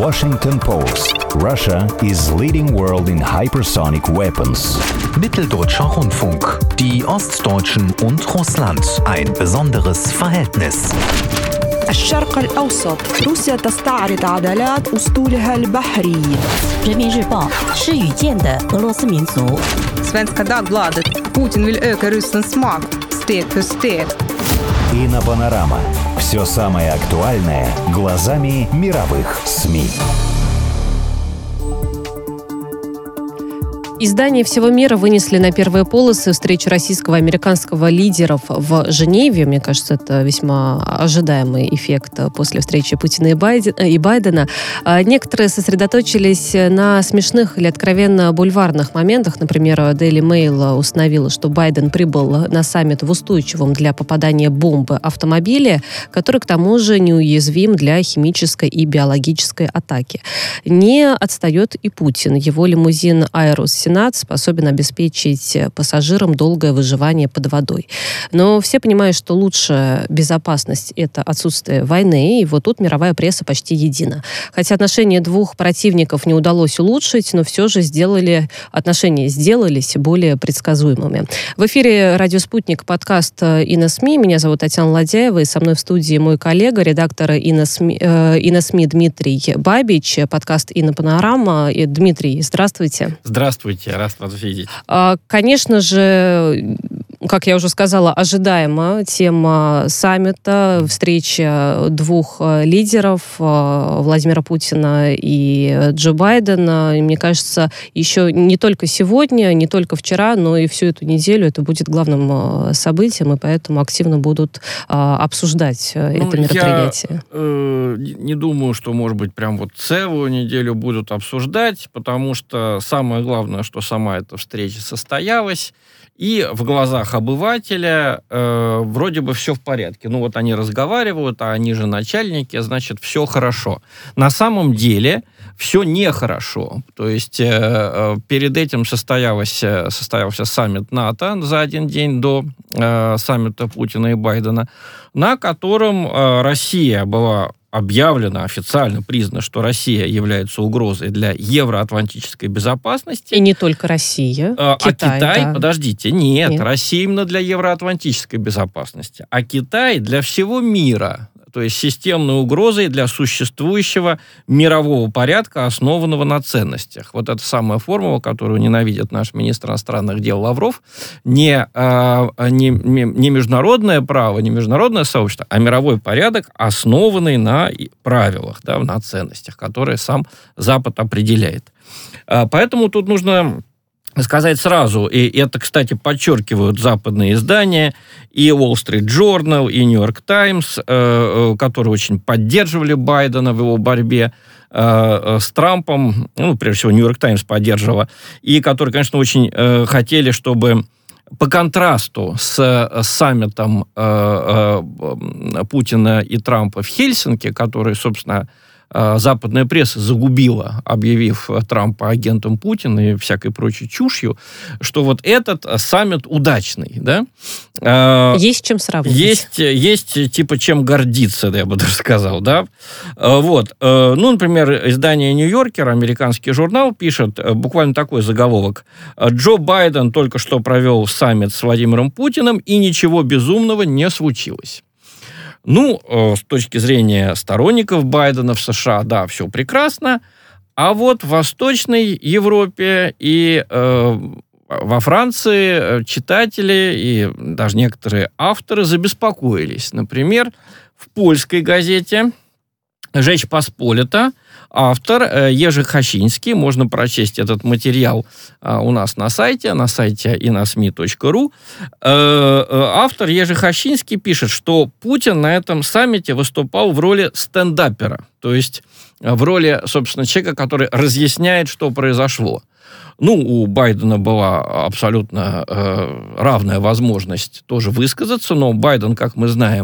Washington Post. Russia is leading world in hypersonic weapons. Mitteldeutscher Rundfunk. Die Ostdeutschen und Russland. Ein besonderes Verhältnis. الشرق الأوسط روسيا تستعرض عضلات أسطولها البحري. 人民日报是语见的俄罗斯民族。 Svenska Dagbladet. Putin vill öka Rysslands makt steg för steg. Инопанорама. Все самое актуальное глазами мировых СМИ. Издания всего мира вынесли на первые полосы встречу российского и американского лидеров в Женеве. Мне кажется, это весьма ожидаемый эффект после встречи Путина и Байдена. Некоторые сосредоточились на смешных или откровенно бульварных моментах. Например, Daily Mail установила, что Байден прибыл на саммит в устойчивом для попадания бомбы автомобиле, который, к тому же, неуязвим для химической и биологической атаки. Не отстает и Путин. Его лимузин «Айрус» Сенат способен обеспечить пассажирам долгое выживание под водой. Но все понимают, что лучшая безопасность – это отсутствие войны, и вот тут мировая пресса почти едина. Хотя отношения двух противников не удалось улучшить, но все же отношения сделались более предсказуемыми. В эфире «Радио Спутник», подкаст «Иносми». Меня зовут Татьяна Ладяева, и со мной в студии мой коллега, редактор «Иносми» Дмитрий Бабич, подкаст «Инопанорама». Дмитрий, здравствуйте. Здравствуйте, рад вас видеть. Конечно же, как я уже сказала, ожидаема тема саммита, встреча двух лидеров, Владимира Путина и Джо Байдена. И мне кажется, еще не только сегодня, не только вчера, но и всю эту неделю это будет главным событием, и поэтому активно будут обсуждать это мероприятие. Я не думаю, что, может быть, прям вот целую неделю будут обсуждать, потому что самое главное, что сама эта встреча состоялась, и в глазах обывателя вроде бы все в порядке. Ну вот они разговаривают, а они же начальники, значит, все хорошо. На самом деле все нехорошо. То есть перед этим состоялся саммит НАТО за один день до саммита Путина и Байдена, на котором Россия была объявлено, официально признано, что Россия является угрозой для евроатлантической безопасности. И не только Россия. Китай, да. Подождите, нет, Россия именно для евроатлантической безопасности, а Китай для всего мира. То есть системной угрозой для существующего мирового порядка, основанного на ценностях. Вот это самая формула, которую ненавидит наш министр иностранных дел Лавров. Не международное право, не международное сообщество, а мировой порядок, основанный на правилах, да, на ценностях, которые сам Запад определяет. Поэтому тут нужно сказать сразу, и это, кстати, подчеркивают западные издания, и Wall Street Journal, и New York Times, которые очень поддерживали Байдена в его борьбе с Трампом, ну, прежде всего, New York Times поддерживала, и которые, конечно, очень хотели, чтобы по контрасту с саммитом Путина и Трампа в Хельсинки, который, собственно, западная пресса загубила, объявив Трампа агентом Путина и всякой прочей чушью, что вот этот саммит удачный, да? Есть чем сравнивать. Есть типа чем гордиться, я бы даже сказал, да? Вот. Ну, например, издание «Нью-Йоркер», американский журнал, пишет буквально такой заголовок: «Джо Байден только что провел саммит с Владимиром Путиным, и ничего безумного не случилось». Ну, с точки зрения сторонников Байдена в США, да, все прекрасно, а вот в Восточной Европе и во Франции читатели и даже некоторые авторы забеспокоились. Например, в польской газете «Жечь Посполита» автор Ежи Хащинский, можно прочесть этот материал у нас на сайте inosmi.ru. Автор Ежи Хащинский пишет, что Путин на этом саммите выступал в роли стендапера, то есть в роли, собственно, человека, который разъясняет, что произошло. Ну, у Байдена была абсолютно равная возможность тоже высказаться, но Байден, как мы знаем,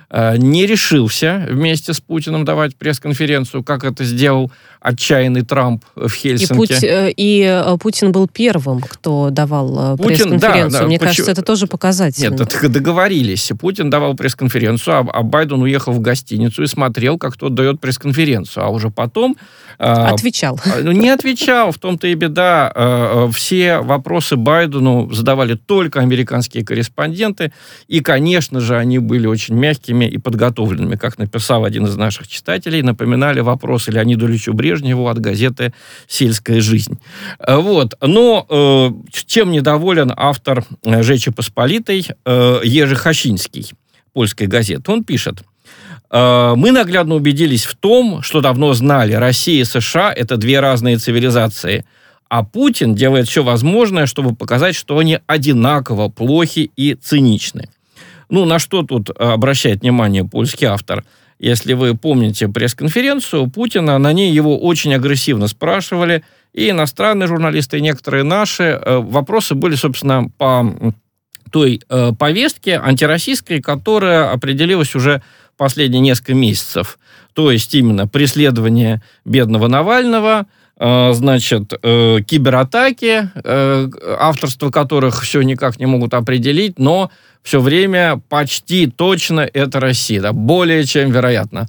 не решился вместе с Путиным давать пресс-конференцию, как это сделал отчаянный Трамп в Хельсинки. И Путин был первым, кто давал пресс-конференцию. Да, Мне кажется, это тоже показательно. Нет, это договорились. Путин давал пресс-конференцию, а Байден уехал в гостиницу и смотрел, как тот дает пресс-конференцию. А уже потом... Отвечал. Не отвечал, в том-то и беда. Все вопросы Байдену задавали только американские корреспонденты, и, конечно же, они были очень мягкими и подготовленными. Как написал один из наших читателей, напоминали вопросы Леониду Ильичу Брежневу от газеты «Сельская жизнь». Вот. Но чем недоволен автор «Жечи Посполитой» Ежи Хащинский, польской газеты? Он пишет: «Мы наглядно убедились в том, что давно знали, Россия и США – это две разные цивилизации, а Путин делает все возможное, чтобы показать, что они одинаково плохи и циничны». Ну, на что тут обращает внимание польский автор? Если вы помните пресс-конференцию Путина, на ней его очень агрессивно спрашивали, и иностранные журналисты, и некоторые наши. Вопросы были, собственно, по той повестке антироссийской, которая определилась уже последние несколько месяцев. То есть именно преследование бедного Навального, значит, кибератаки, авторство которых все никак не могут определить, но все время почти точно это Россия, да, более чем вероятно.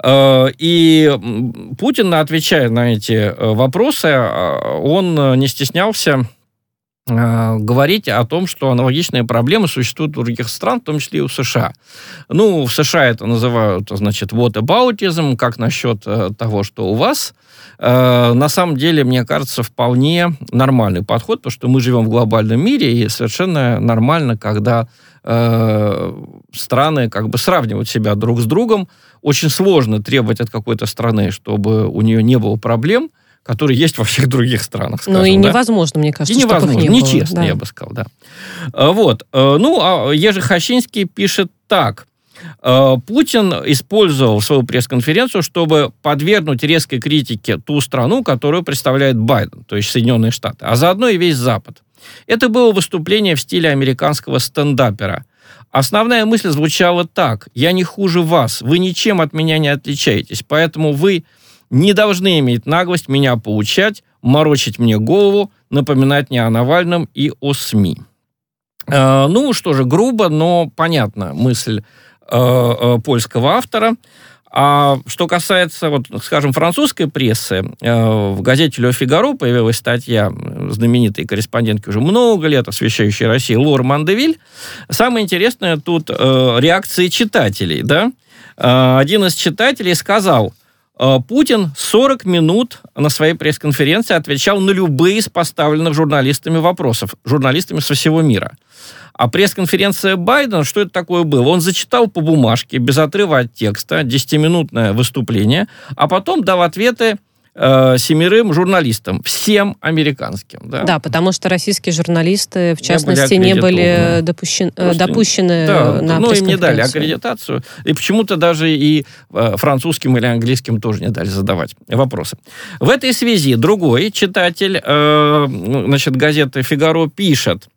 И Путин, отвечая на эти вопросы, он не стеснялся говорить о том, что аналогичные проблемы существуют у других стран, в том числе и у США. Ну, в США это называют, значит, whataboutism, как насчет того, что у вас. На самом деле, мне кажется, вполне нормальный подход, потому что мы живем в глобальном мире, и совершенно нормально, когда страны как бы сравнивают себя друг с другом. Очень сложно требовать от какой-то страны, чтобы у нее не было проблем, которые есть во всех других странах, скажем. Ну и невозможно, мне кажется, и невозможно, чтобы их не было. Нечестно, да. Я бы сказал, да. Вот. Ну, а Ежи Хащинский пишет так. Путин использовал свою пресс-конференцию, чтобы подвергнуть резкой критике ту страну, которую представляет Байден, то есть Соединенные Штаты, а заодно и весь Запад. Это было выступление в стиле американского стендапера. Основная мысль звучала так: «Я не хуже вас, вы ничем от меня не отличаетесь, поэтому вы не должны иметь наглость меня поучать, морочить мне голову, напоминать мне о Навальном и о СМИ». Ну, что же, грубо, но понятна мысль польского автора. А что касается, вот, скажем, французской прессы, в газете «Le Figaro» появилась статья знаменитой корреспондентки уже много лет, освещающей Россию, Лор Мандевиль. Самое интересное тут реакции читателей. Да? Один из читателей сказал: Путин 40 минут на своей пресс-конференции отвечал на любые из поставленных журналистами вопросов, журналистами со всего мира. А пресс-конференция Байдена, что это такое было? Он зачитал по бумажке, без отрыва от текста, 10-минутное выступление, а потом дал ответы 7 журналистам, всем американским. Да? Да, потому что российские журналисты, в частности, не были допущены да, на ну, пресс-конференцию. им не дали аккредитацию, и почему-то даже и французским или английским тоже не дали задавать вопросы. В этой связи другой читатель, значит, газеты «Фигаро» пишет: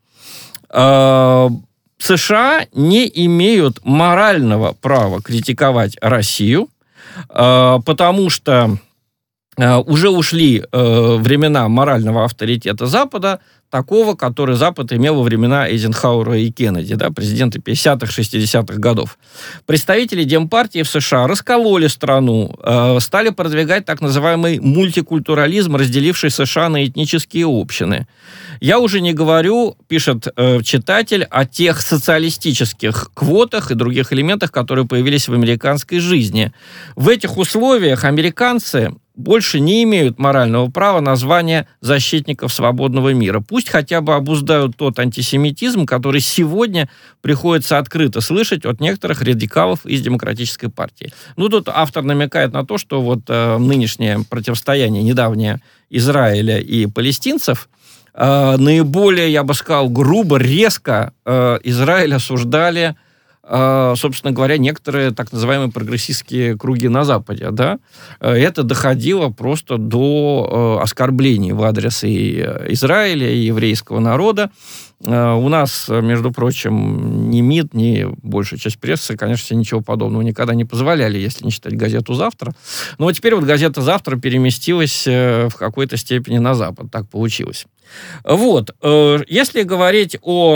США не имеют морального права критиковать Россию, потому что уже ушли времена морального авторитета Запада, такого, который Запад имел во времена Эйзенхауэра и Кеннеди, да, президенты 50-х, 60-х годов. Представители Демпартии в США раскололи страну, стали продвигать так называемый мультикультурализм, разделивший США на этнические общины. Я уже не говорю, пишет читатель, о тех социалистических квотах и других элементах, которые появились в американской жизни. В этих условиях американцы больше не имеют морального права на звание защитников свободного мира. Пусть хотя бы обуздают тот антисемитизм, который сегодня приходится открыто слышать от некоторых радикалов из Демократической партии. Ну, тут автор намекает на то, что вот нынешнее противостояние недавнее Израиля и палестинцев наиболее, я бы сказал, грубо, резко Израиль осуждали, собственно говоря, некоторые так называемые прогрессистские круги на Западе. Да? Это доходило просто до оскорблений в адрес и Израиля, и еврейского народа. У нас, между прочим, ни МИД, ни большая часть прессы, конечно, себе ничего подобного никогда не позволяли, если не считать газету «Завтра». Но вот теперь вот газета «Завтра» переместилась в какой-то степени на Запад. Так получилось. Вот. Если говорить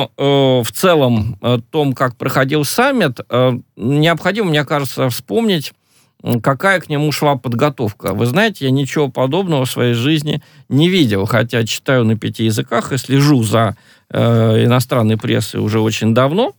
в целом о том, как проходил саммит, необходимо, мне кажется, вспомнить, какая к нему шла подготовка. Вы знаете, я ничего подобного в своей жизни не видел, хотя читаю на 5 языках и слежу за иностранной прессой уже очень давно.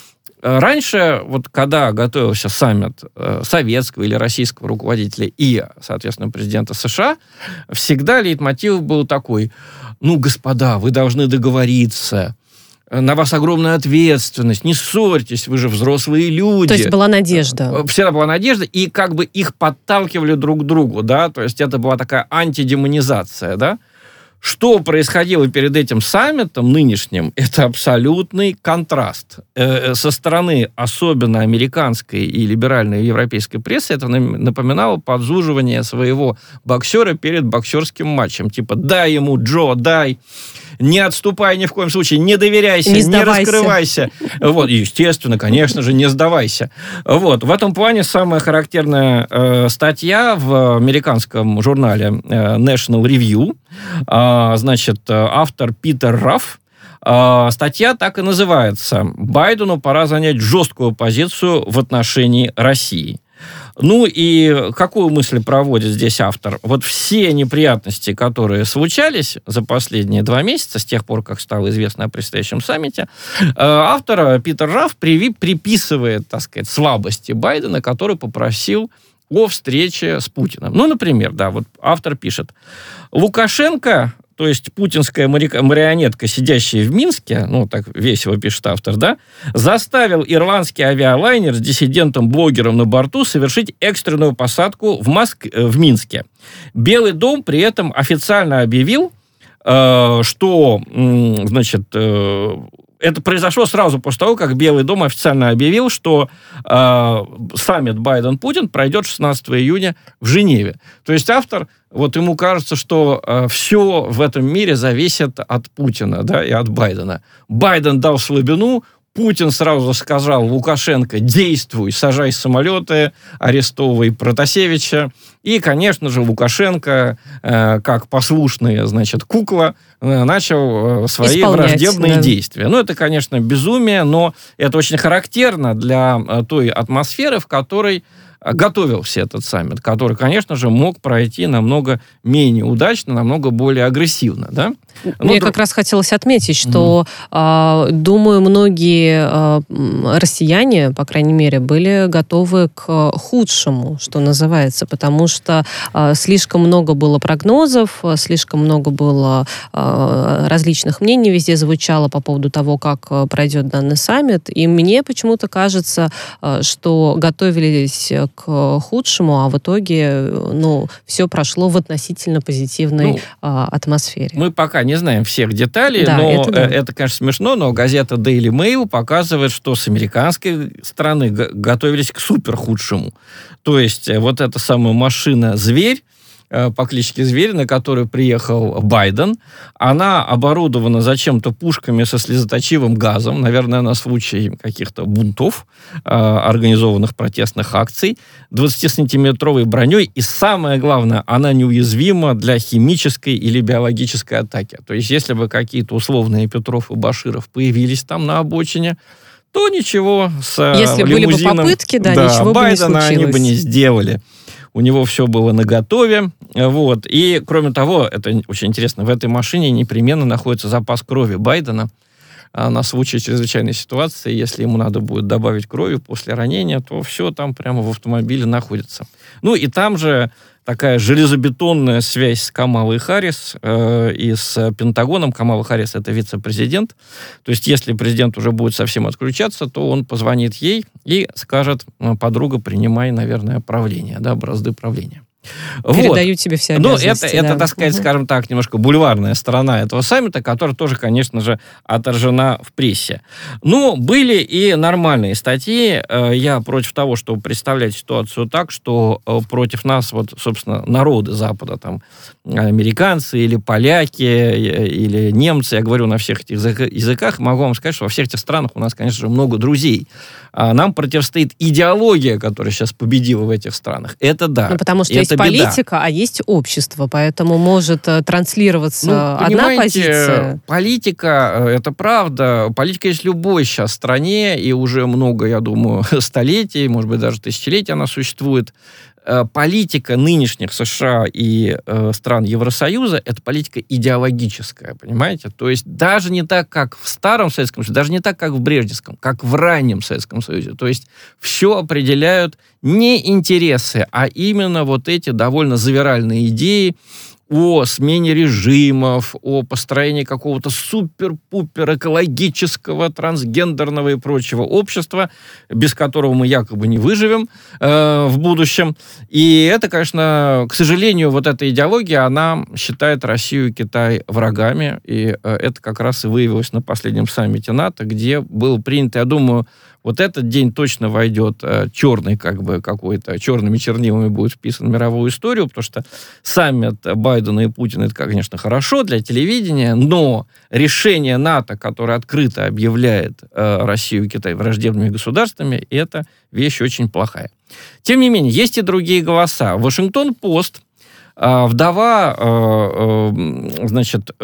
Раньше, вот когда готовился саммит советского или российского руководителя и, соответственно, президента США, всегда лейтмотив был такой: ну, господа, вы должны договориться, на вас огромная ответственность, не ссорьтесь, вы же взрослые люди. То есть была надежда. Всегда была надежда, и как бы их подталкивали друг к другу, да, то есть это была такая антидемонизация, да. Что происходило перед этим саммитом нынешним, это абсолютный контраст. Со стороны особенно американской и либеральной европейской прессы это напоминало подзуживание своего боксера перед боксерским матчем. Типа, дай ему, Джо, дай, не отступай ни в коем случае, не доверяйся, не раскрывайся. Вот, естественно, конечно же, не сдавайся. Вот, в этом плане самая характерная статья в американском журнале National Review. Значит, автор Питер Рафф. Статья так и называется: «Байдену пора занять жесткую позицию в отношении России». Ну и какую мысль проводит здесь автор? Вот все неприятности, которые случались за последние 2 месяца, с тех пор, как стало известно о предстоящем саммите, автор Питер Рафф приписывает, так сказать, слабости Байдена, который попросил о встрече с Путиным. Ну, например, да, вот автор пишет: Лукашенко, то есть путинская марионетка, сидящая в Минске, ну, так весело пишет автор, да, заставил ирландский авиалайнер с диссидентом-блогером на борту совершить экстренную посадку в Минске. Белый дом при этом официально объявил, что, значит, это произошло сразу после того, как Белый дом официально объявил, что саммит Байден-Путин пройдет 16 июня в Женеве. То есть автор, вот ему кажется, что все в этом мире зависит от Путина, да, и от Байдена. Байден дал слабину, Путин сразу сказал: Лукашенко, действуй, сажай самолеты, арестовывай Протасевича. И, конечно же, Лукашенко, как послушная, значит, кукла, начал свои враждебные действия. Ну, это, конечно, безумие, но это очень характерно для той атмосферы, в которой готовился этот саммит, который, конечно же, мог пройти намного менее удачно, намного более агрессивно, да? Мне как раз хотелось отметить, что, думаю, многие россияне, по крайней мере, были готовы к худшему, что называется, потому что слишком много было прогнозов, слишком много было различных мнений, везде звучало по поводу того, как пройдет данный саммит, и мне почему-то кажется, что готовились к худшему, а в итоге, ну, все прошло в относительно позитивной атмосфере. Мы пока не знаем всех деталей, да, но это, конечно, смешно, но газета Daily Mail показывает, что с американской стороны готовились к супер худшему. То есть вот эта самая машина-зверь по кличке Зверь, на которой приехал Байден, она оборудована зачем-то пушками со слезоточивым газом, наверное, на случай каких-то бунтов, организованных протестных акций, 20-сантиметровой броней, и самое главное, она неуязвима для химической или биологической атаки. То есть, если бы какие-то условные Петров и Баширов появились там на обочине, то ничего с если лимузином, были бы попытки, ничего Байдена бы не случилось. Они бы не сделали. У него все было наготове. Вот. И, кроме того, это очень интересно, в этой машине непременно находится запас крови Байдена на случай чрезвычайной ситуации. Если ему надо будет добавить крови после ранения, то все там прямо в автомобиле находится. Ну и там же такая железобетонная связь с Камалой Харрис и с Пентагоном. Камала Харрис — это вице-президент. То есть, если президент уже будет совсем отключаться, то он позвонит ей и скажет: подруга, принимай, наверное, правление, да, бразды правления. Передают тебе все обязанности. Это, так сказать, скажем так, немножко бульварная сторона этого саммита, которая тоже, конечно же, отражена в прессе. Но были и нормальные статьи. Я против того, чтобы представлять ситуацию так, что против нас, вот, собственно, народы Запада, там, американцы или поляки, или немцы, я говорю на всех этих языках, могу вам сказать, что во всех этих странах у нас, конечно же, много друзей. Нам противостоит идеология, которая сейчас победила в этих странах. Это да. Ну, потому что есть политика, а есть общество, поэтому может транслироваться одна позиция. Политика, это правда. Политика есть в любой сейчас стране, и уже много, я думаю, столетий, может быть, даже тысячелетий она существует. Политика нынешних США и стран Евросоюза – это политика идеологическая, понимаете? То есть даже не так, как в старом Советском Союзе, даже не так, как в Брежневском, как в раннем Советском Союзе. То есть все определяют не интересы, а именно вот эти довольно завиральные идеи о смене режимов, о построении какого-то супер-пупер экологического, трансгендерного и прочего общества, без которого мы якобы не выживем в будущем. И это, конечно, к сожалению, вот эта идеология, она считает Россию и Китай врагами, и это как раз и выявилось на последнем саммите НАТО, где было принято, я думаю, вот этот день точно войдет черный, как бы какой-то, черными чернилами будет вписан в мировую историю, потому что саммит Байдена и Путина, это, конечно, хорошо для телевидения, но решение НАТО, которое открыто объявляет Россию и Китай враждебными государствами, это вещь очень плохая. Тем не менее, есть и другие голоса. Вашингтон-Пост, вдова, значит,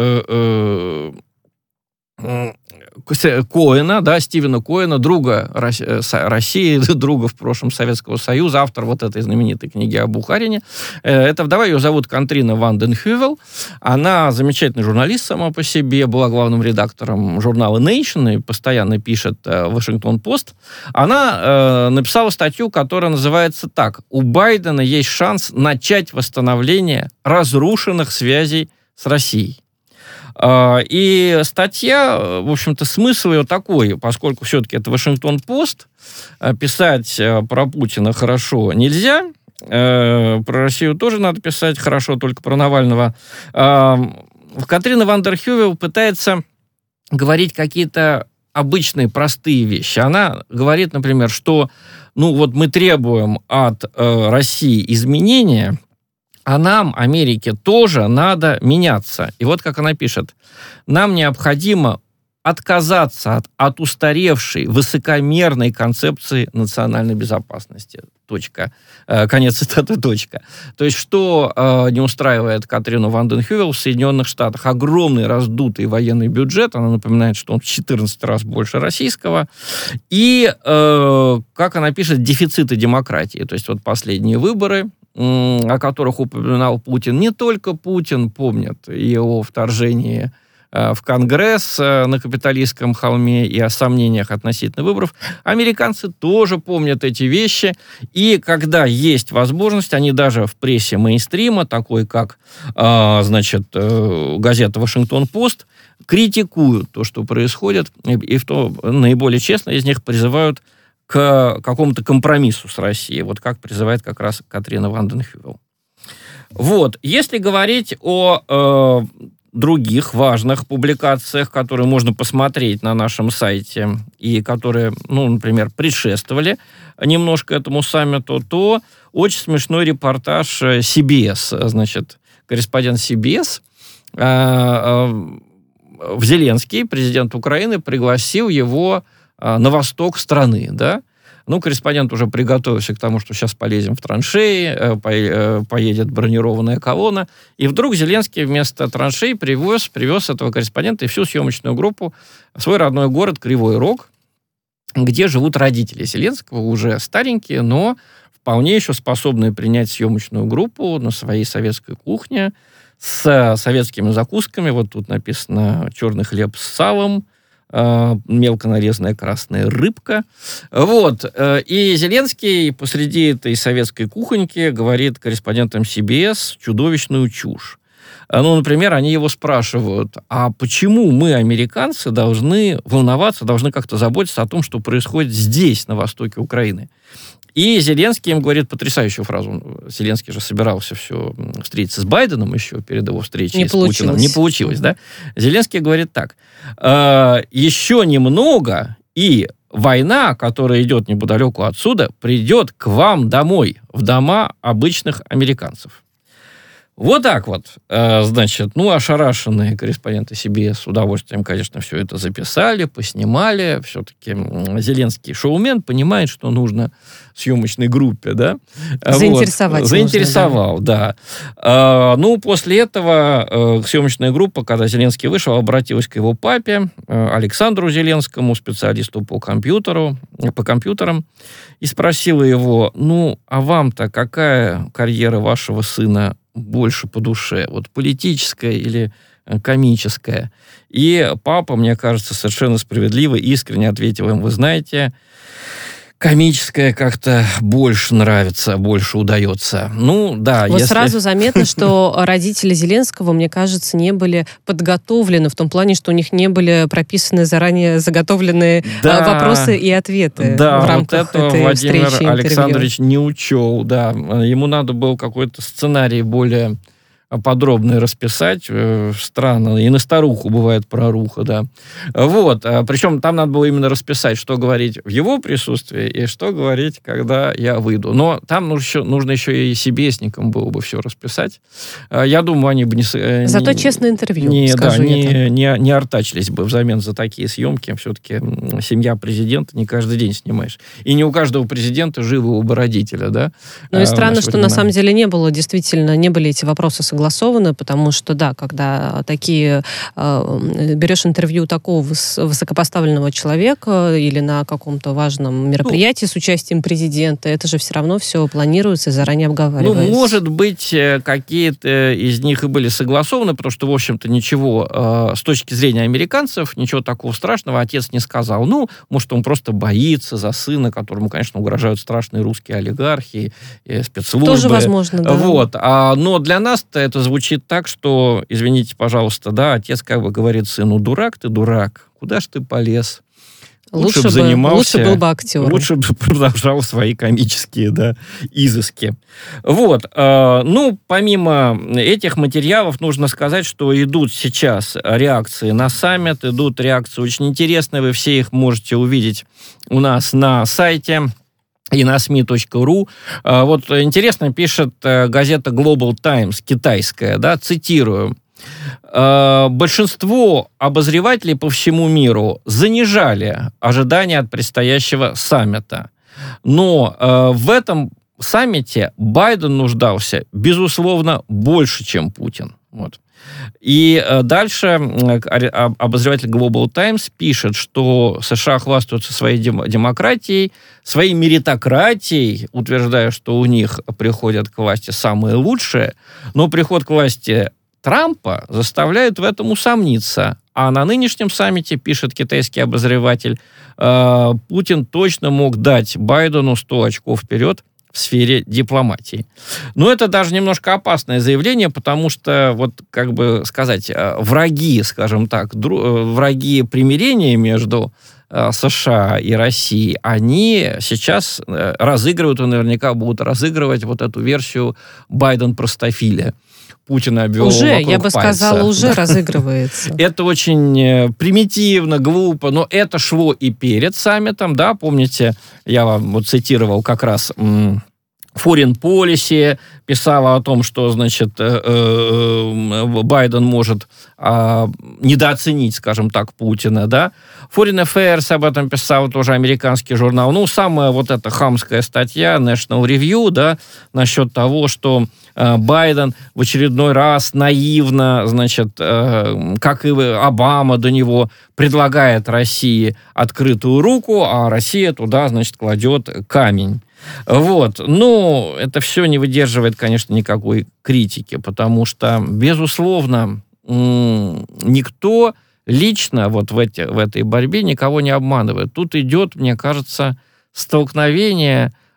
Коэна, да, Стивена Коэна, друга России, друга в прошлом Советского Союза, автор вот этой знаменитой книги о Бухарине. Эта вдова, ее зовут Катрина ван ден Хювел. Она замечательный журналист сама по себе, была главным редактором журнала Nation и постоянно пишет Вашингтон-Пост. Она написала статью, которая называется так: «У Байдена есть шанс начать восстановление разрушенных связей с Россией». И статья, в общем-то, смысл ее такой, поскольку все-таки это Вашингтон-Пост, писать про Путина хорошо нельзя, про Россию тоже надо писать хорошо, только про Навального. Катрина ван ден Хювел пытается говорить какие-то обычные простые вещи. Она говорит, например, что вот мы требуем от России изменения, а нам, Америке, тоже надо меняться. И вот как она пишет: нам необходимо отказаться от устаревшей, высокомерной концепции национальной безопасности. Точка. Конец цитаты, точка. То есть, что не устраивает Катрину ван ден Хювел в Соединенных Штатах? Огромный раздутый военный бюджет, она напоминает, что он в 14 раз больше российского, и, как она пишет, дефициты демократии. То есть, вот последние выборы, о которых упоминал Путин. Не только Путин помнит и о вторжении в Конгресс на капиталистском холме и о сомнениях относительно выборов. Американцы тоже помнят эти вещи, и когда есть возможность, они даже в прессе мейнстрима, такой как, значит, газета «Вашингтон-Пост», критикуют то, что происходит, и наиболее честно из них призывают к какому-то компромиссу с Россией, вот как призывает как раз Катрина ван ден Хювел. Вот, если говорить о других важных публикациях, которые можно посмотреть на нашем сайте, и которые, например, предшествовали немножко этому саммиту, то очень смешной репортаж CBS, значит, корреспондент CBS, Зеленский, президент Украины, пригласил его на восток страны, да. Корреспондент уже приготовился к тому, что сейчас полезем в траншеи, поедет бронированная колонна, и вдруг Зеленский вместо траншей привез этого корреспондента и всю съемочную группу в свой родной город Кривой Рог, где живут родители Зеленского, уже старенькие, но вполне еще способные принять съемочную группу на своей советской кухне с советскими закусками. Вот тут написано «черный хлеб с салом», мелко нарезанная красная рыбка. Вот. И Зеленский посреди этой советской кухоньки говорит корреспондентам CBS чудовищную чушь. Например, они его спрашивают: а почему мы, американцы, должны волноваться, должны как-то заботиться о том, что происходит здесь, на востоке Украины? И Зеленский им говорит потрясающую фразу. Зеленский же собирался встретиться с Байденом еще перед его встречей с Путиным. Не получилось, да? Зеленский говорит так. Еще немного, и война, которая идет неподалеку отсюда, придет к вам домой, в дома обычных американцев. Вот так вот, значит, ошарашенные корреспонденты CBS с удовольствием, конечно, все это записали, поснимали. Все-таки Зеленский шоумен, понимает, что нужно съемочной группе, да? Заинтересовать. Заинтересовал, да. После этого съемочная группа, когда Зеленский вышел, обратилась к его папе, Александру Зеленскому, специалисту по компьютерам, и спросила его, а вам-то какая карьера вашего сына больше по душе, политическая или комическая? И папа, мне кажется, совершенно справедливо, искренне ответил им, вы знаете, комическая как-то больше нравится, больше удается. Сразу заметно, что родители Зеленского, мне кажется, не были подготовлены в том плане, что у них не были прописаны заранее заготовленные вопросы и ответы в рамках этой встречи, Владимир Александрович не учел, да. Ему надо был какой-то сценарий более подробно расписать. Странно. И на старуху бывает проруха, да. Причем там надо было именно расписать, что говорить в его присутствии и что говорить, когда я выйду. Но там нужно еще и CBS-никам было бы все расписать. Я думаю, они бы Зато честное интервью, не артачились бы взамен за такие съемки. Все-таки семья президента не каждый день снимаешь. И не у каждого президента живы оба родителя, да. И странно, что на самом деле не были эти вопросы согласованы, потому что, когда берешь интервью такого высокопоставленного человека или на каком-то важном мероприятии с участием президента, это же все равно все планируется и заранее обговаривается. Может быть, какие-то из них и были согласованы, потому что, в общем-то, ничего с точки зрения американцев, ничего такого страшного отец не сказал. Может, он просто боится за сына, которому, конечно, угрожают страшные русские олигархи, спецслужбы. Тоже возможно, да. Но для нас-то это звучит так, что, извините, пожалуйста, отец говорит сыну, дурак ты, дурак, куда ж ты полез? Лучше бы занимался, лучше был бы актером. Лучше бы продолжал свои комические, изыски. Помимо этих материалов, нужно сказать, что идут сейчас реакции на саммит, идут реакции очень интересные, вы все их можете увидеть у нас на сайте и на СМИ.ру. Интересно пишет газета Global Times, китайская, цитирую. Большинство обозревателей по всему миру занижали ожидания от предстоящего саммита. Но в этом саммите Байден нуждался, безусловно, больше, чем Путин. И дальше обозреватель Global Times пишет, что США хвастаются своей демократией, своей меритократией, утверждая, что у них приходят к власти самые лучшие, но приход к власти Трампа заставляет в этом усомниться. А на нынешнем саммите, пишет китайский обозреватель, Путин точно мог дать Байдену 100 очков вперед в сфере дипломатии. Но это даже немножко опасное заявление, потому что, враги, скажем так, враги примирения между США и Россией, они сейчас разыгрывают, и наверняка будут разыгрывать эту версию Байден-простофиля. Путина обвел вокруг пальца. Я бы сказала, уже разыгрывается. Это очень примитивно, глупо, но это шло и перед саммитом, помните, я вам цитировал как раз Foreign Policy, писала о том, что, Байден может недооценить, скажем так, Путина, Foreign Affairs об этом писал тоже американский журнал. Самая эта хамская статья National Review, насчет того, что Байден в очередной раз наивно, как и Обама до него, предлагает России открытую руку, а Россия туда, кладет камень. Это все не выдерживает, конечно, никакой критики, потому что, безусловно, никто лично в этой борьбе никого не обманывает. Тут идет, мне кажется, столкновение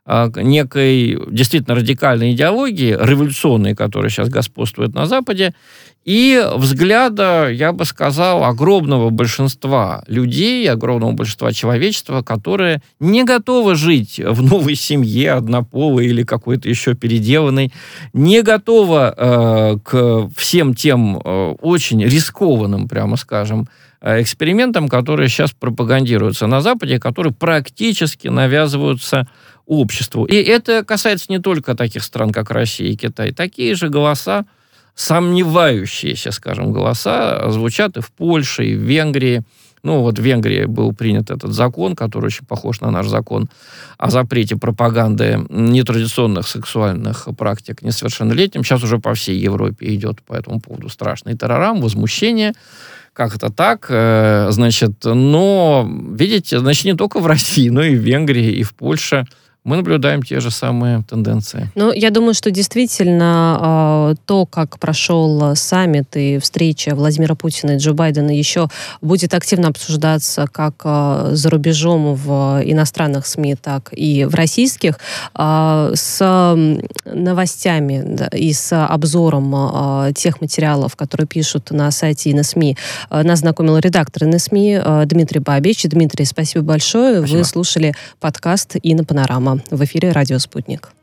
некой действительно радикальной идеологии, революционной, которая сейчас господствует на Западе, и взгляда, я бы сказал, огромного большинства людей, огромного большинства человечества, которые не готовы жить в новой семье, однополой или какой-то еще переделанной, не готовы к всем тем очень рискованным, прямо скажем, экспериментам, которые сейчас пропагандируются на Западе, которые практически навязываются обществу. И это касается не только таких стран, как Россия и Китай. Такие же голоса, сомневающиеся, скажем, голоса звучат и в Польше, и в Венгрии. Ну, вот в Венгрии был принят этот закон, который очень похож на наш закон о запрете пропаганды нетрадиционных сексуальных практик несовершеннолетним. Сейчас уже по всей Европе идет по этому поводу страшный террорам, возмущение. Как это так? Значит, но, видите, значит, не только в России, но и в Венгрии, и в Польше мы наблюдаем те же самые тенденции. Ну, я думаю, что действительно то, как прошел саммит и встреча Владимира Путина и Джо Байдена, еще будет активно обсуждаться как за рубежом в иностранных СМИ, так и в российских, с новостями и с обзором тех материалов, которые пишут на сайте и на СМИ. Нас знакомил редактор на СМИ Дмитрий Бабич. Дмитрий, спасибо большое. Спасибо. Вы слушали подкаст «Инна Панорама». В эфире «Радио Спутник».